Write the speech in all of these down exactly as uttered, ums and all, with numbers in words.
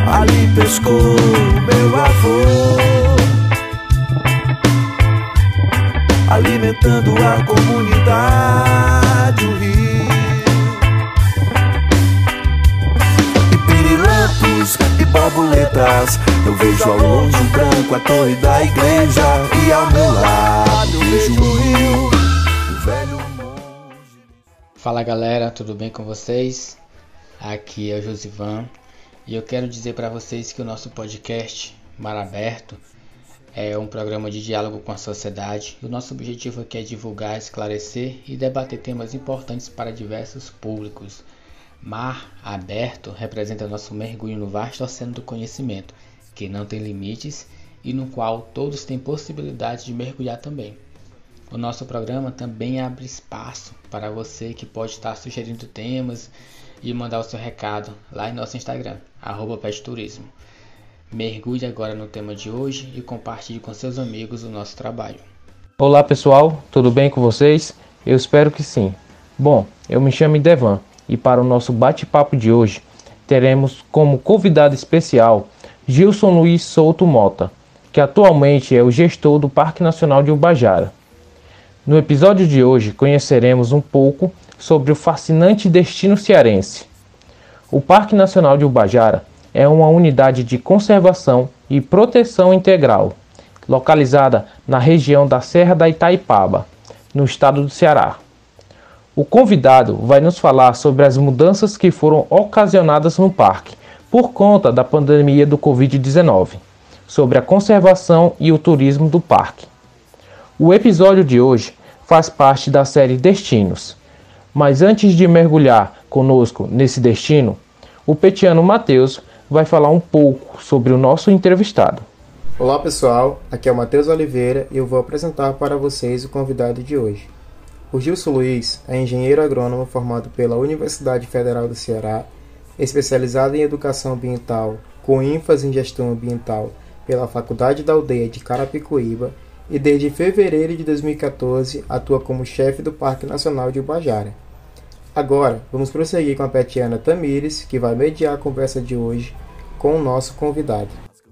ali pescou meu avô, alimentando a comunidade, o rio. E pirilampos e borboletas, eu vejo ao longe o branco, a torre da igreja, e ao meu lado eu vejo o rio, o velho monge. Fala galera, tudo bem com vocês? Aqui é o Josivan e eu quero dizer para vocês que o nosso podcast Mar Aberto é um programa de diálogo com a sociedade. O nosso objetivo aqui é divulgar, esclarecer e debater temas importantes para diversos públicos. Mar Aberto representa nosso mergulho no vasto oceano do conhecimento, que não tem limites e no qual todos têm possibilidade de mergulhar também. O nosso programa também abre espaço para você que pode estar sugerindo temas e mandar o seu recado lá em nosso Instagram, arroba petturismo. Mergulhe agora no tema de hoje e compartilhe com seus amigos o nosso trabalho. Olá pessoal, tudo bem com vocês? Eu espero que sim. Bom, eu me chamo Devan e para o nosso bate-papo de hoje teremos como convidado especial Gilson Luiz Souto Mota, que atualmente é o gestor do Parque Nacional de Ubajara. No episódio de hoje conheceremos um pouco sobre o fascinante destino cearense. O Parque Nacional de Ubajara é uma unidade de conservação e proteção integral, localizada na região da Serra da Itaipaba, no estado do Ceará. O convidado vai nos falar sobre as mudanças que foram ocasionadas no parque por conta da pandemia do covid dezenove, sobre a conservação e o turismo do parque. O episódio de hoje faz parte da série Destinos. Mas antes de mergulhar conosco nesse destino, o petiano Matheus vai falar um pouco sobre o nosso entrevistado. Olá pessoal, aqui é o Matheus Oliveira e eu vou apresentar para vocês o convidado de hoje. O Gilson Luiz é engenheiro agrônomo formado pela Universidade Federal do Ceará, especializado em educação ambiental com ênfase em gestão ambiental pela Faculdade da Aldeia de Carapicuíba, e desde fevereiro de dois mil e quatorze atua como chefe do Parque Nacional de Ubajara. Agora, vamos prosseguir com a petiana Tamires, que vai mediar a conversa de hoje com o nosso convidado.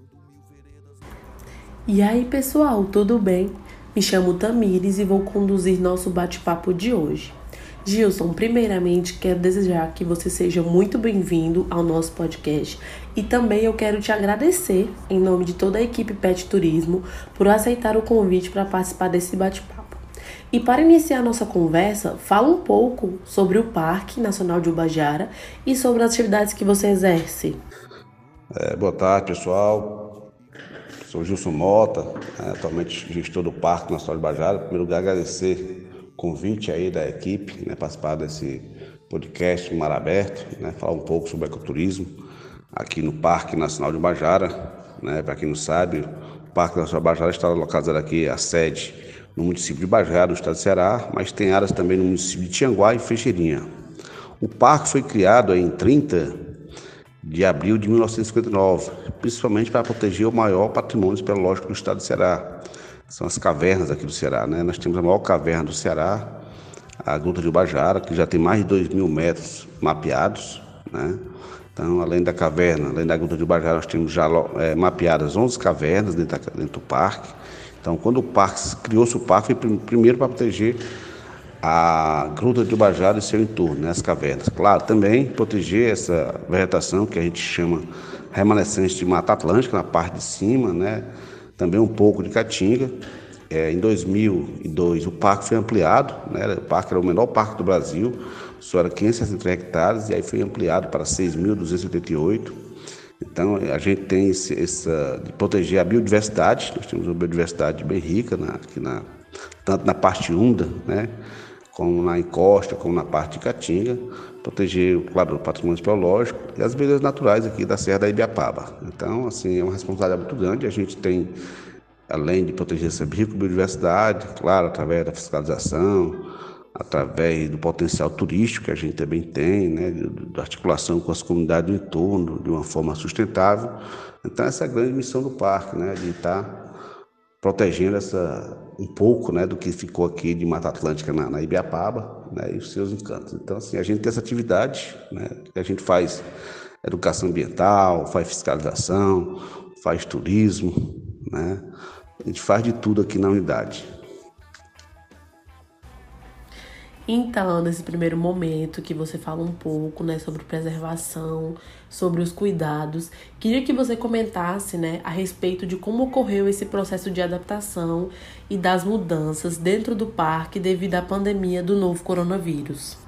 E aí pessoal, tudo bem? Me chamo Tamires e vou conduzir nosso bate-papo de hoje. Gilson, primeiramente quero desejar que você seja muito bem-vindo ao nosso podcast e também eu quero te agradecer, em nome de toda a equipe Pet Turismo, por aceitar o convite para participar desse bate-papo. E para iniciar nossa conversa, fala um pouco sobre o Parque Nacional de Ubajara e sobre as atividades que você exerce. É, boa tarde, pessoal. Sou Gilson Mota, né, atualmente gestor do Parque Nacional de Ubajara. Em primeiro lugar, agradecer convite aí da equipe, né, participar desse podcast Mar Aberto, né, falar um pouco sobre ecoturismo aqui no Parque Nacional de Ubajara, né, para quem não sabe, o Parque Nacional de Ubajara está localizado aqui, a sede no município de Ubajara, no estado do Ceará, mas tem áreas também no município de Tianguá e Fecheirinha. O parque foi criado em trinta de abril de mil novecentos e cinquenta e nove, principalmente para proteger o maior patrimônio espeleológico do estado do Ceará. São as cavernas aqui do Ceará, né? Nós temos a maior caverna do Ceará, a Gruta de Ubajara, que já tem mais de dois mil metros mapeados, né? Então, além da caverna, além da Gruta de Ubajara, nós temos já é, mapeadas onze cavernas dentro, da, dentro do parque. Então, quando o parque, criou-se o parque, foi primeiro para proteger a Gruta de Ubajara e seu entorno, né? As cavernas. Claro, também proteger essa vegetação que a gente chama remanescente de Mata Atlântica, na parte de cima, né? Também um pouco de Caatinga. É, em dois mil e dois o parque foi ampliado, né? O parque era o menor parque do Brasil, só era quinhentos e sessenta e três hectares, e aí foi ampliado para seis mil duzentos e oitenta e oito. Então a gente tem esse, essa, de proteger a biodiversidade. Nós temos uma biodiversidade bem rica, na, aqui na, tanto na parte úmida, né? Como na encosta, como na parte de Caatinga, proteger, claro, o patrimônio espeleológico e as belezas naturais aqui da Serra da Ibiapaba. Então, assim, é uma responsabilidade muito grande. A gente tem, além de proteger essa rica biodiversidade, claro, através da fiscalização, através do potencial turístico que a gente também tem, né, da articulação com as comunidades do entorno de uma forma sustentável. Então, essa é a grande missão do parque, né, de estar protegendo essa, um pouco, né, do que ficou aqui de Mata Atlântica na, na Ibiapaba, né, e os seus encantos. Então, assim, a gente tem essa atividade, né, que a gente faz educação ambiental, faz fiscalização, faz turismo, né? A gente faz de tudo aqui na unidade. Então, nesse primeiro momento que você fala um pouco, né, sobre preservação, sobre os cuidados, queria que você comentasse, né, a respeito de como ocorreu esse processo de adaptação e das mudanças dentro do parque devido à pandemia do novo coronavírus.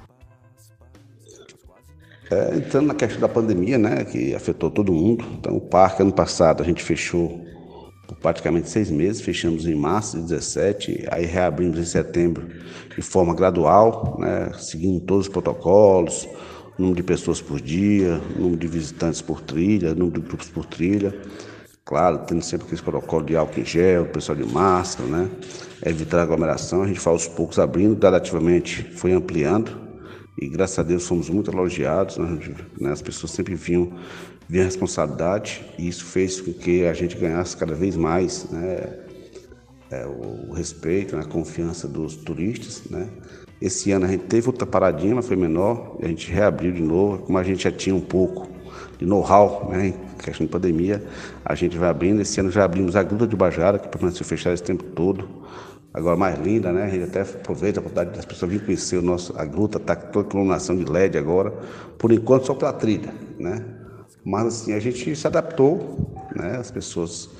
É, entrando na questão da pandemia, né, que afetou todo mundo, então o parque ano passado a gente fechou por praticamente seis meses, fechamos em março de dezessete, aí reabrimos em setembro de forma gradual, né, seguindo todos os protocolos, número de pessoas por dia, número de visitantes por trilha, número de grupos por trilha, claro, tendo sempre aquele protocolo de álcool em gel, pessoal de máscara, né, evitar aglomeração, a gente foi aos poucos abrindo, gradativamente foi ampliando, e graças a Deus fomos muito elogiados, né, as pessoas sempre vinham a responsabilidade, e isso fez com que a gente ganhasse cada vez mais, né, é, o respeito, né, a confiança dos turistas, né. Esse ano a gente teve outra paradinha, mas foi menor, e a gente reabriu de novo, como a gente já tinha um pouco de know-how, né, em questão de pandemia, a gente vai abrindo. Esse ano já abrimos a Gruta de Ubajara, que permaneceu fechada esse tempo todo, agora mais linda, né, a gente até aproveita a oportunidade das pessoas virem conhecer o nosso, a gruta, está com toda a iluminação de L E D agora, por enquanto só pela trilha, né. Mas assim, a gente se adaptou, né? As pessoas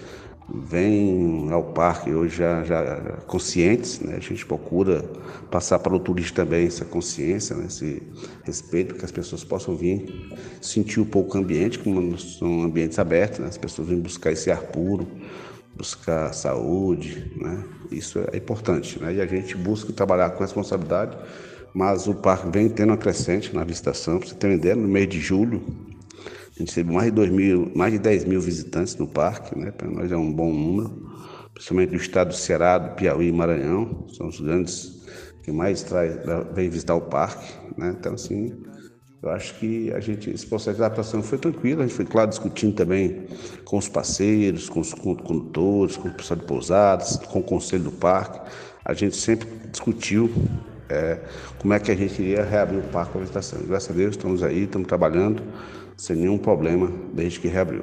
vêm ao parque hoje já, já conscientes, né? A gente procura passar para o turista também essa consciência, né? Esse respeito, que as pessoas possam vir sentir um pouco o ambiente, como são ambientes abertos, né? As pessoas vêm buscar esse ar puro, buscar saúde, né? Isso é importante, né? E a gente busca trabalhar com responsabilidade, mas o parque vem tendo uma crescente na visitação. Para você ter uma ideia, no mês de julho, a gente recebeu mais de, dois mil, mais de dez mil visitantes no parque, né? Para nós é um bom número, principalmente do estado do Ceará, do Piauí e Maranhão, são os grandes que mais traz, vem visitar o parque, né? Então, assim, eu acho que a gente, esse processo de adaptação foi tranquilo, a gente foi, claro, discutindo também com os parceiros, com os condutores, com o pessoal de pousadas, com o conselho do parque, a gente sempre discutiu é, como é que a gente iria reabrir o parque com a visitação. Graças a Deus, estamos aí, estamos trabalhando, sem nenhum problema desde que reabriu.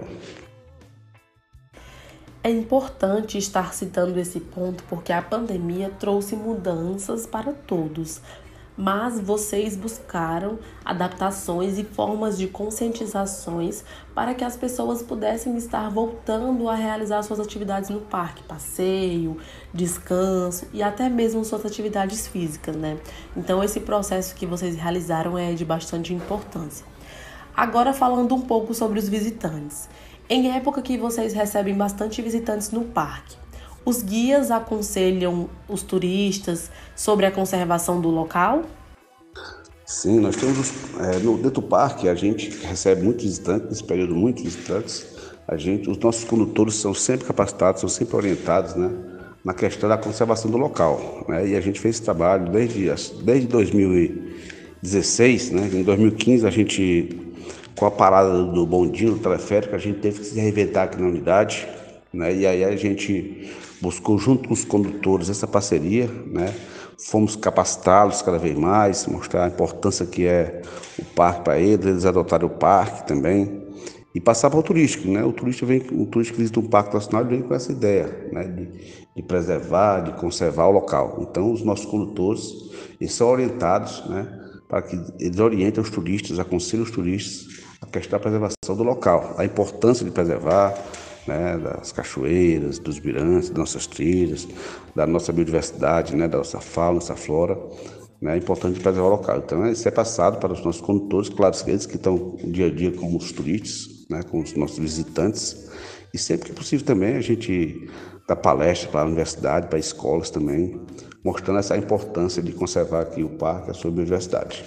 É importante estar citando esse ponto porque a pandemia trouxe mudanças para todos, mas vocês buscaram adaptações e formas de conscientizações para que as pessoas pudessem estar voltando a realizar suas atividades no parque, passeio, descanso e até mesmo suas atividades físicas, né? Então esse processo que vocês realizaram é de bastante importância. Agora falando um pouco sobre os visitantes. Em época que vocês recebem bastante visitantes no parque, os guias aconselham os turistas sobre a conservação do local? Sim, nós temos, é, no, dentro do parque, a gente recebe muitos visitantes, nesse período muitos visitantes, a gente, os nossos condutores são sempre capacitados, são sempre orientados, né, na questão da conservação do local, né, e a gente fez esse trabalho desde, desde dois mil e dezesseis, né, em dois mil e quinze a gente, com a parada do bondinho, do teleférico, a gente teve que se reinventar aqui na unidade, né? E aí a gente buscou junto com os condutores essa parceria, né? Fomos capacitá-los cada vez mais, mostrar a importância que é o parque para eles, eles adotaram o parque também e passar para o turístico, né? O turista vem, o turista que visita um parque nacional vem com essa ideia, né? De, de preservar, de conservar o local. Então os nossos condutores eles são orientados, né? Para que eles orientem os turistas, aconselhem os turistas a questão da preservação do local, a importância de preservar, né, das cachoeiras, dos mirantes, das nossas trilhas, da nossa biodiversidade, né, da nossa fauna, nossa flora, né, é importante preservar o local. Então, isso é passado para os nossos condutores, claro, eles que estão dia a dia com os turistas, né, com os nossos visitantes, e sempre que possível também a gente dá palestra para a universidade, para escolas também, mostrando essa importância de conservar aqui o parque, a sua biodiversidade.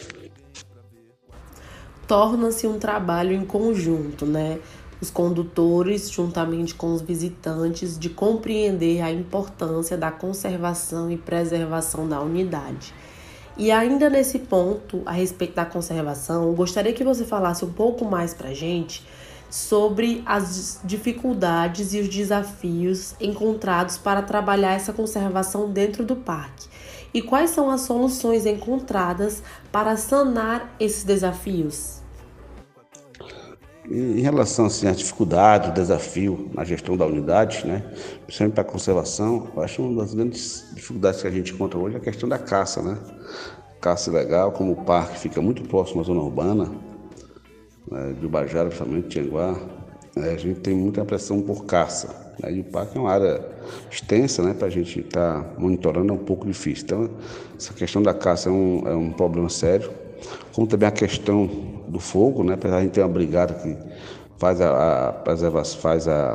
Torna-se um trabalho em conjunto, né? Os condutores, juntamente com os visitantes, de compreender a importância da conservação e preservação da unidade. E ainda nesse ponto, a respeito da conservação, eu gostaria que você falasse um pouco mais para a gente sobre as dificuldades e os desafios encontrados para trabalhar essa conservação dentro do parque. E quais são as soluções encontradas para sanar esses desafios? Em relação assim, às dificuldades, o desafio na gestão da unidade, né, principalmente para a conservação, eu acho uma das grandes dificuldades que a gente encontra hoje é a questão da caça, né? Caça ilegal, como o parque fica muito próximo à zona urbana, né, de Ubajara, principalmente Tianguá, né, a gente tem muita pressão por caça. Né, e o parque é uma área extensa, né, para a gente estar tá monitorando, é um pouco difícil. Então, essa questão da caça é um, é um problema sério, como também a questão do fogo, né, apesar de a gente ter uma brigada que faz a, a preservação, faz a,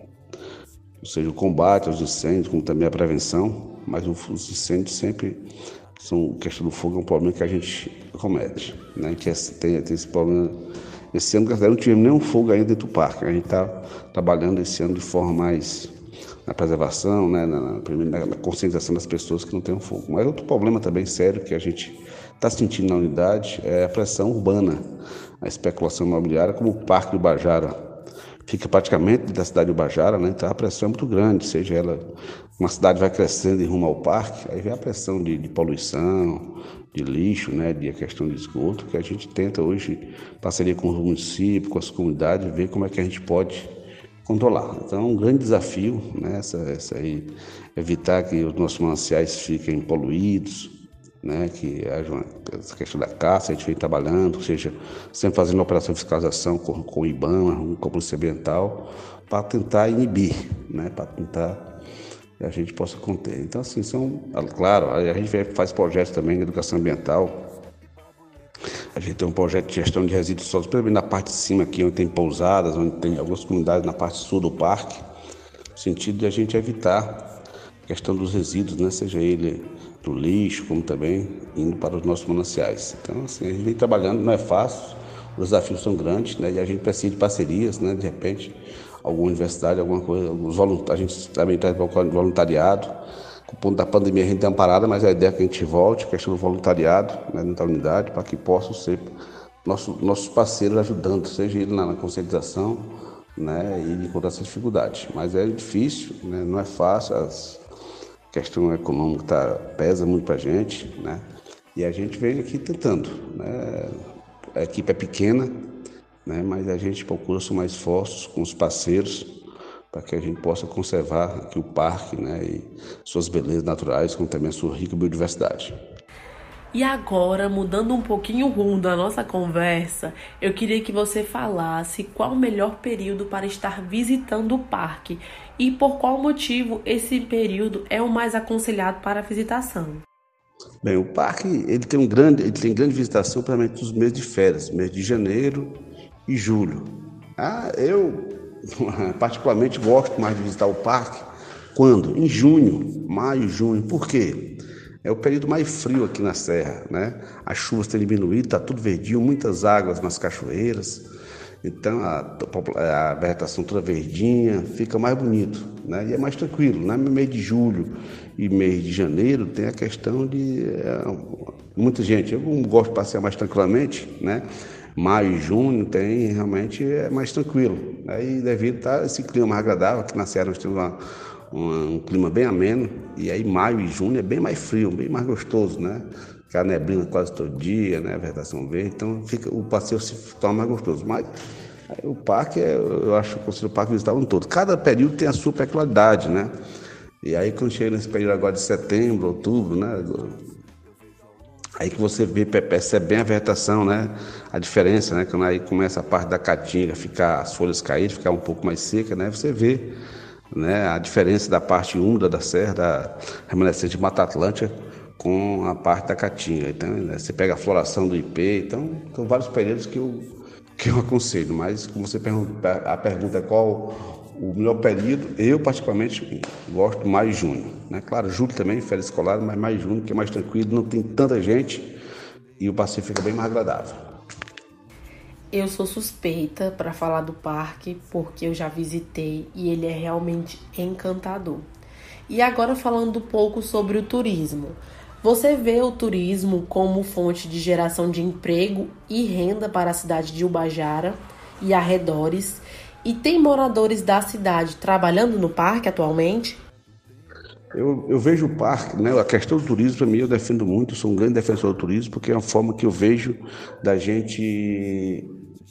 ou seja, o combate aos incêndios, como também a prevenção, mas os incêndios sempre são, a questão do fogo é um problema que a gente comete, né, a gente tem, tem esse problema. Esse ano, não tivemos nenhum fogo ainda dentro do parque, a gente está trabalhando esse ano de forma mais na preservação, né, na, na, na conscientização das pessoas que não têm fogo. Mas outro problema também sério que a gente está sentindo na unidade é a pressão urbana, a especulação imobiliária, como o Parque de Ubajara fica praticamente da cidade de Ubajara, né? Então a pressão é muito grande, seja ela, uma cidade vai crescendo em rumo ao parque, aí vem a pressão de, de poluição, de lixo, né? De a questão de esgoto, que a gente tenta hoje, em parceria com os municípios, com as comunidades, ver como é que a gente pode controlar. Então é um grande desafio, né? essa, essa aí, evitar que os nossos mananciais fiquem poluídos, né, que haja uma, essa questão da caça, a gente vem trabalhando, ou seja, sempre fazendo operação de fiscalização com, com o IBAMA, com a Polícia Ambiental, para tentar inibir, né, para tentar que a gente possa conter. Então, assim, são, claro, a gente faz projetos também de educação ambiental, a gente tem um projeto de gestão de resíduos sólidos, principalmente na parte de cima aqui, onde tem pousadas, onde tem algumas comunidades na parte sul do parque, no sentido de a gente evitar a questão dos resíduos, né, seja ele do lixo, como também indo para os nossos mananciais. Então, assim, a gente vem trabalhando, não é fácil, os desafios são grandes, né, e a gente precisa de parcerias, né, de repente, alguma universidade, alguma coisa, alguns voluntários, a gente também traz voluntariado, com o ponto da pandemia a gente tem uma parada, mas a ideia é que a gente volte, a questão do voluntariado, né, dentro da unidade, para que possam ser nosso, nossos parceiros ajudando, seja ele na, na conscientização, né, e encontrar essas dificuldades. Mas é difícil, né, não é fácil, as A questão econômica tá, pesa muito para a gente, né? E a gente vem aqui tentando, né? A equipe é pequena, né? Mas a gente procura somar esforços com os parceiros para que a gente possa conservar aqui o parque, né? E suas belezas naturais, como também a sua rica biodiversidade. E agora, mudando um pouquinho o rumo da nossa conversa, eu queria que você falasse qual o melhor período para estar visitando o parque e por qual motivo esse período é o mais aconselhado para a visitação. Bem, o parque ele tem, um grande, ele tem grande visitação principalmente nos meses de férias, mês de janeiro e julho. Ah, eu particularmente gosto mais de visitar o parque quando? Em junho, maio, junho. Por quê? É o período mais frio aqui na Serra, né? As chuvas têm diminuído, está tudo verdinho, muitas águas nas cachoeiras. Então a, a vegetação toda verdinha, fica mais bonito, né? E é mais tranquilo, né? No mês de julho e mês de janeiro tem a questão de é, muita gente. Eu não gosto de passear mais tranquilamente, né? Maio e junho tem realmente é mais tranquilo. Aí devido a esse clima mais agradável, aqui na Serra nós temos uma Um, um clima bem ameno, e aí maio e junho é bem mais frio, bem mais gostoso, né? Fica a neblina quase todo dia, né? A vegetação verde, então fica, o passeio se torna mais gostoso. Mas aí, o parque, é, eu acho que eu considero o parque visitar um todo. Cada período tem a sua peculiaridade, né? E aí quando chega nesse período agora de setembro, outubro, né? Aí que você vê, percebe bem a vegetação, né? A diferença, né? Quando aí começa a parte da caatinga ficar, as folhas caírem, ficar um pouco mais seca, né? Você vê, né, a diferença da parte úmida da serra, da remanescente de Mata Atlântica, com a parte da caatinga. Então, né, você pega a floração do ipê, então, são vários períodos que eu, que eu aconselho. Mas, como você pergunta, a pergunta é qual o melhor período, eu particularmente gosto mais de junho. Né? Claro, julho também, férias escolares, mas mais junho, que é mais tranquilo, não tem tanta gente e o passeio fica bem mais agradável. Eu sou suspeita para falar do parque porque eu já visitei e ele é realmente encantador. E agora falando um pouco sobre o turismo. Você vê o turismo como fonte de geração de emprego e renda para a cidade de Ubajara e arredores? E tem moradores da cidade trabalhando no parque atualmente? Eu, eu vejo o parque, né? A questão do turismo, para mim, eu defendo muito, sou um grande defensor do turismo, porque é uma forma que eu vejo da gente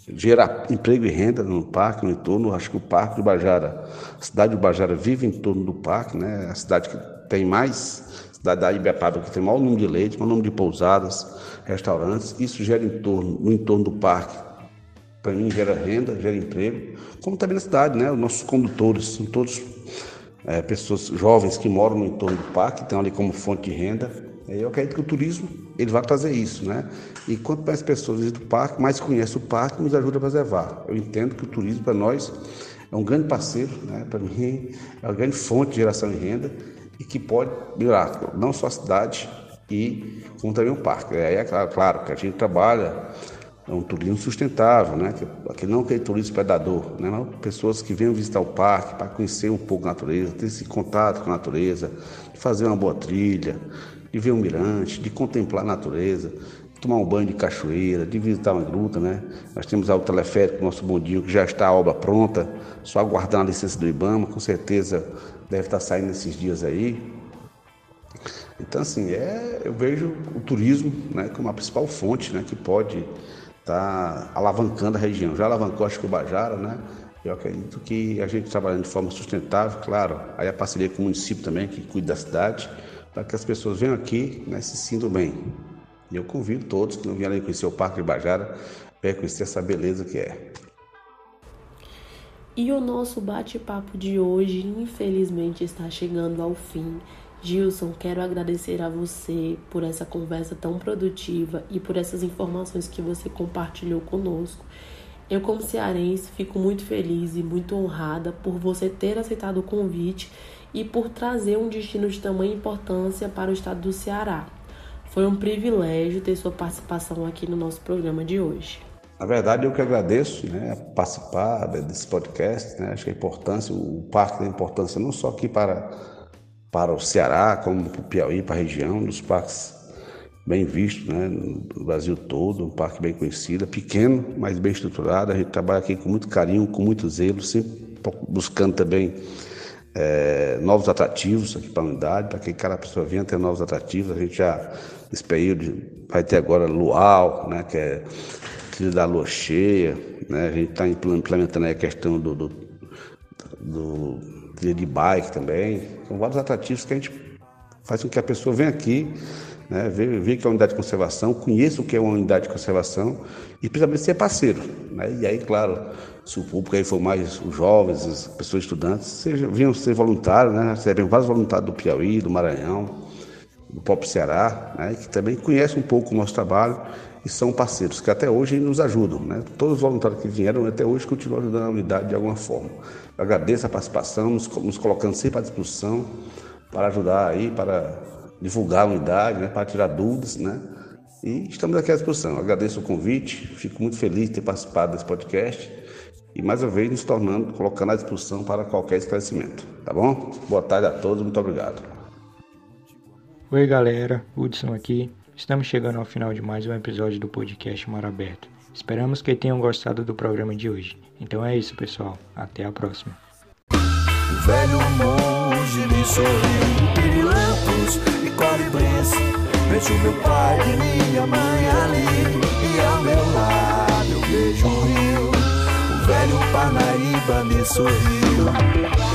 gerar emprego e renda no parque, no entorno. Acho que o Parque do Ubajara, a cidade do Ubajara vive em torno do parque, né? A cidade que tem mais, a cidade da Ibiapaba, que tem o maior número de leitos, maior número de pousadas, restaurantes. Isso gera em torno, no entorno do parque. Para mim, gera renda, gera emprego, como também na cidade, né? Os nossos condutores são todos é, pessoas jovens que moram no entorno do parque, estão ali como fonte de renda. Eu acredito que o turismo ele vai trazer isso, né? E quanto mais pessoas visitam o parque, mais conhecem o parque, nos ajuda a preservar. Eu entendo que o turismo para nós é um grande parceiro, né? Para mim é uma grande fonte de geração de renda e que pode melhorar não só a cidade e como também o parque. Aí é claro, claro que a gente trabalha é um turismo sustentável, né? Que não aquele turismo predador, né? Mas pessoas que venham visitar o parque para conhecer um pouco a natureza, ter esse contato com a natureza, de fazer uma boa trilha, de ver um mirante, de contemplar a natureza, de tomar um banho de cachoeira, de visitar uma gruta, né? Nós temos o teleférico, nosso bondinho, que já está a obra pronta, só aguardando a licença do IBAMA, com certeza deve estar saindo nesses dias aí. Então, assim, é, eu vejo o turismo, né, como a principal fonte, né, que pode estar alavancando a região. Já alavancou, acho que o Ubajara, né? Eu acredito que a gente trabalhando de forma sustentável, claro, aí a parceria com o município também, que cuida da cidade, para que as pessoas venham aqui, né, se sintam bem. E eu convido todos que não vieram conhecer o Parque de Ubajara, para conhecer essa beleza que é. E o nosso bate-papo de hoje, infelizmente, está chegando ao fim. Gilson, quero agradecer a você por essa conversa tão produtiva e por essas informações que você compartilhou conosco. Eu, como cearense, fico muito feliz e muito honrada por você ter aceitado o convite e por trazer um destino de tamanha importância para o estado do Ceará. Foi um privilégio ter sua participação aqui no nosso programa de hoje. Na verdade, eu que agradeço, né, participar desse podcast, né? Acho que a importância, o parque tem importância não só aqui para, para o Ceará, como para o Piauí, para a região, um dos parques bem vistos, né, no Brasil todo, um parque bem conhecido, pequeno, mas bem estruturado. A gente trabalha aqui com muito carinho, com muito zelo, sempre buscando também é, novos atrativos aqui para a unidade, para que cada pessoa venha ter novos atrativos. A gente já, nesse período, vai ter agora Luau, né, que é trilha da lua cheia, né? A gente está implementando aí a questão do, do, do trilha de bike também. São vários atrativos que a gente faz com que a pessoa venha aqui, né, ver, ver que é uma unidade de conservação, conheça o que é uma unidade de conservação e principalmente ser parceiro, né? E aí, claro, se o público aí for mais os jovens, as pessoas estudantes, sejam, venham ser voluntários, né? Recebem vários voluntários do Piauí, do Maranhão, do próprio Ceará, né, que também conhecem um pouco o nosso trabalho e são parceiros, que até hoje nos ajudam, né? Todos os voluntários que vieram até hoje continuam ajudando a unidade de alguma forma. Eu agradeço a participação, nos, nos colocando sempre à disposição para ajudar aí, para divulgar a unidade, né, para tirar dúvidas, né? E estamos aqui à disposição. Eu agradeço o convite, fico muito feliz de ter participado desse podcast e mais uma vez nos tornando, colocando à disposição para qualquer esclarecimento, tá bom? Boa tarde a todos, muito obrigado. Oi galera, Hudson aqui. Estamos chegando ao final de mais um episódio do podcast Mar Aberto. Esperamos que tenham gostado do programa de hoje. Então é isso, pessoal. Até a próxima. O velho monge me sorriu, pirilampos e colibris. Vejo meu pai e minha mãe ali, e ao meu lado eu vejo um rio. O velho Parnaíba me sorriu.